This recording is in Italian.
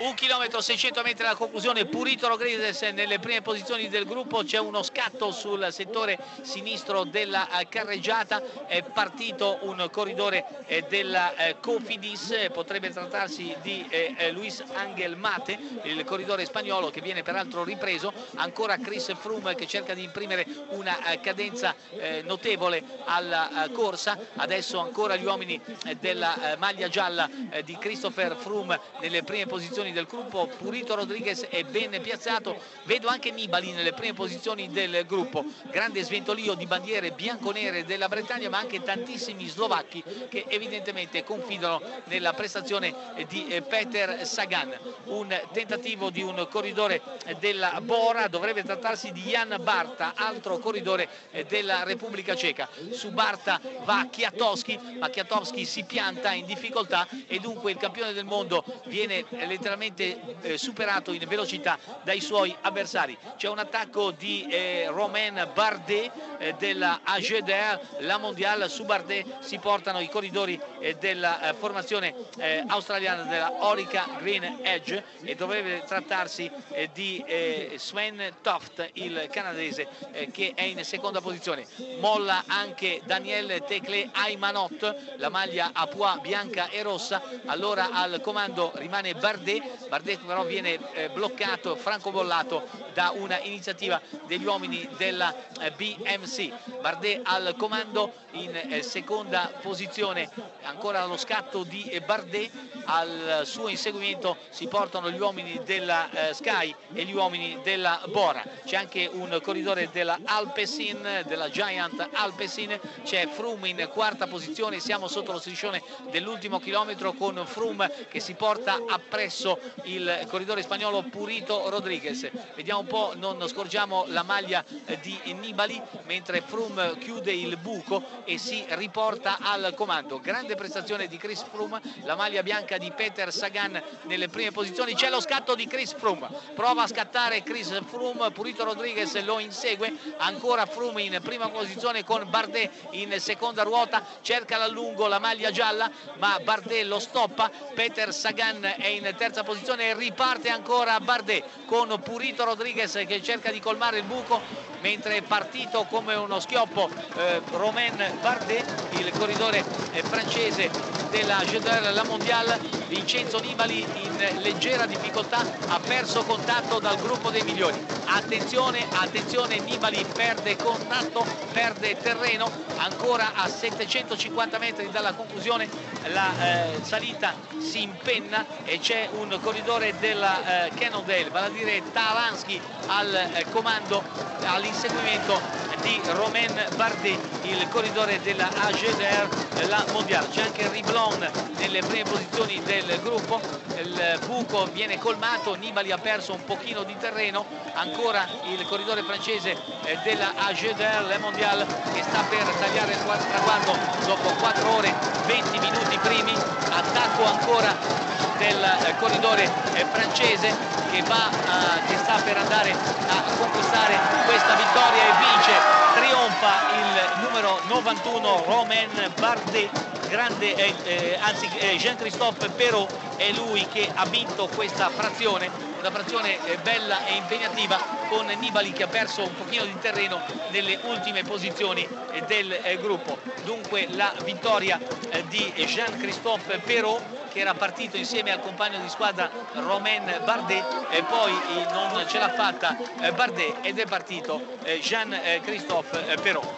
1 chilometro 600 metri alla conclusione, Purito Rodriguez nelle prime posizioni del gruppo, c'è uno scatto sul settore sinistro della carreggiata, è partito un corridore della Cofidis, potrebbe trattarsi di Luis Angel Mate, il corridore spagnolo che viene peraltro ripreso, ancora Chris Froome che cerca di imprimere una cadenza notevole alla corsa, adesso ancora gli uomini della maglia gialla di Christopher Froome nelle prime posizioni del gruppo, Purito Rodriguez è ben piazzato, vedo anche Nibali nelle prime posizioni del gruppo, grande sventolio di bandiere bianconere della Bretagna, ma anche tantissimi slovacchi che evidentemente confidano nella prestazione di Peter Sagan. Un tentativo di un corridore della Bora, dovrebbe trattarsi di Jan Barta, altro corridore della Repubblica Ceca. Su Barta va Kwiatkowski, ma Kwiatkowski si pianta in difficoltà e dunque il campione del mondo viene letteralmente superato in velocità dai suoi avversari. C'è un attacco di Romain Bardet della AG2R, la Mondiale. Su Bardet si portano i corridori della formazione australiana della Orica Green Edge e dovrebbe trattarsi di Sven Toft, il canadese, che è in seconda posizione. Molla anche Daniel Teclé Aymanot, la maglia a pois bianca e rossa, allora al comando rimane Bardet però viene bloccato, francobollato da una iniziativa degli uomini della BMC. Bardet al comando in seconda posizione, ancora lo scatto di Bardet, al suo inseguimento si portano gli uomini della Sky e gli uomini della Bora. C'è anche un corridore della Alpecin, della Giant Alpecin, c'è Froome in quarta posizione, siamo sotto lo striscione dell'ultimo chilometro con Froome che si porta appresso il corridore spagnolo Purito Rodriguez. Vediamo un po', non scorgiamo la maglia di Nibali mentre Froome chiude il buco e si riporta al comando. Grande prestazione di Chris Froome, la maglia bianca di Peter Sagan nelle prime posizioni. C'è lo scatto di Chris Froome, prova a scattare Chris Froome, Purito Rodriguez lo insegue, ancora Froome in prima posizione con Bardet in seconda ruota, cerca l'allungo la maglia gialla ma Bardet lo stoppa. Peter Sagan è in terza posizione e riparte ancora Bardet con Purito Rodriguez che cerca di colmare il buco, mentre è partito come uno schioppo Romain Bardet, il corridore francese della AG2R, la Mondiale. Vincenzo Nibali in leggera difficoltà, ha perso contatto dal gruppo dei migliori. Attenzione, attenzione, Nibali perde contatto, perde terreno, ancora a 750 metri dalla conclusione la salita si impenna e c'è un corridore della Cannondale, vale a dire Talansky, al comando, all'inseguimento di Romain Bardet, il corridore della AG2R, la Mondiale. C'è anche Riblon nelle prime posizioni del gruppo, il buco viene colmato, Nibali ha perso un pochino di terreno, ancora il corridore francese della AG2R, la Mondiale, che sta per tagliare il traguardo dopo 4 ore 20 minuti primi. Attacco ancora del corridore francese che sta per andare a conquistare questa vittoria e vince, trionfa il numero 91 Romain Bardet, Jean-Christophe Péraud è lui che ha vinto questa frazione, una frazione bella e impegnativa, con Nibali che ha perso un pochino di terreno nelle ultime posizioni del gruppo. Dunque la vittoria di Jean-Christophe Péraud, che era partito insieme al compagno di squadra Romain Bardet, e poi non ce l'ha fatta Bardet ed è partito Jean-Christophe Péraud.